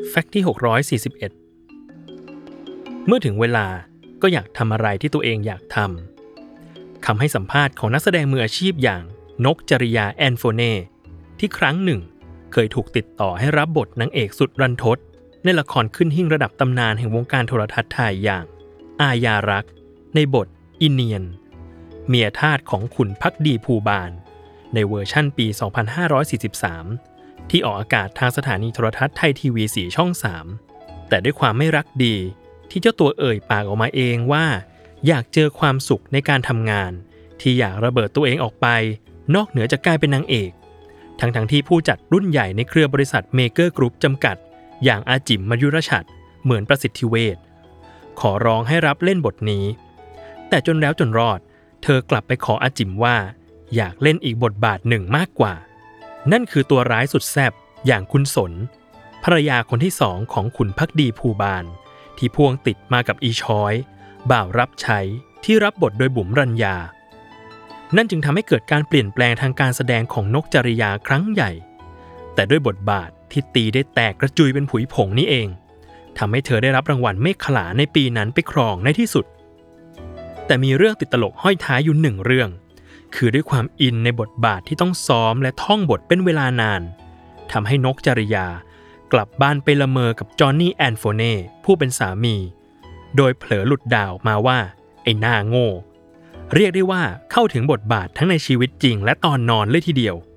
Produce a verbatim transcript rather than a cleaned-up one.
แฟกต์ที่หกร้อยสี่สิบเอ็ดเมื่อถึงเวลาก็อยากทำอะไรที่ตัวเองอยากทำคำให้สัมภาษณ์ของนักแสดงมืออาชีพอย่างนกจริยาแอนโฟเน่ที่ครั้งหนึ่งเคยถูกติดต่อให้รับบทนางเอกสุดรันทดในละครขึ้นหิ้งระดับตำนานแห่งวงการโทรทัศน์ไทยอย่างอาญารักในบทอิเนียนเมียทาสของขุนภักดีภูบาลในเวอร์ชั่นปีสองพันห้าร้อยสี่สิบสามที่ออกอากาศทางสถานีโทรทัศน์ไทยทีวีสี่ช่องสามแต่ด้วยความไม่รักดีที่เจ้าตัวเอ่ยปากออกมาเองว่าอยากเจอความสุขในการทำงานที่อยากระเบิดตัวเองออกไปนอกเหนือจากการเป็นนางเอกทั้งทั้งที่ผู้จัดรุ่นใหญ่ในเครือบริษัทเมเกอร์กรุ๊ปจำกัดอย่างอาจิมมยุรชัดเหมือนประสิทธิเวชขอร้องให้รับเล่นบทนี้แต่จนแล้วจนรอดเธอกลับไปขออาจิมว่าอยากเล่นอีกบทบาทหนึ่งมากกว่านั่นคือตัวร้ายสุดแซ่บอย่างคุณสนภรรยาคนที่สองของขุนภักดีภูบาลที่พ่วงติดมากับอีช้อยบ่าวรับใช้ที่รับบทโดยบุ๋มรัญญานั่นจึงทำให้เกิดการเปลี่ยนแปลงทางการแสดงของนกจริยาครั้งใหญ่แต่ด้วยบทบาทที่ตีได้แตกกระจุยเป็นผุยผงนี่เองทำให้เธอได้รับรางวัลเมฆขลาในปีนั้นไปครองในที่สุดแต่มีเรื่องติดตลกห้อยท้ายอยู่หนึ่งเรื่องคือด้วยความอินในบทบาทที่ต้องซ้อมและท่องบทเป็นเวลานานทำให้นกจริยากลับบ้านไปละเมอกับจอห์นนี่แอนโฟเน่ผู้เป็นสามีโดยเผลอหลุดด่าออกมาว่าไอ้หน้าโง่เรียกได้ว่าเข้าถึงบทบาททั้งในชีวิตจริงและตอนนอนเลยทีเดียว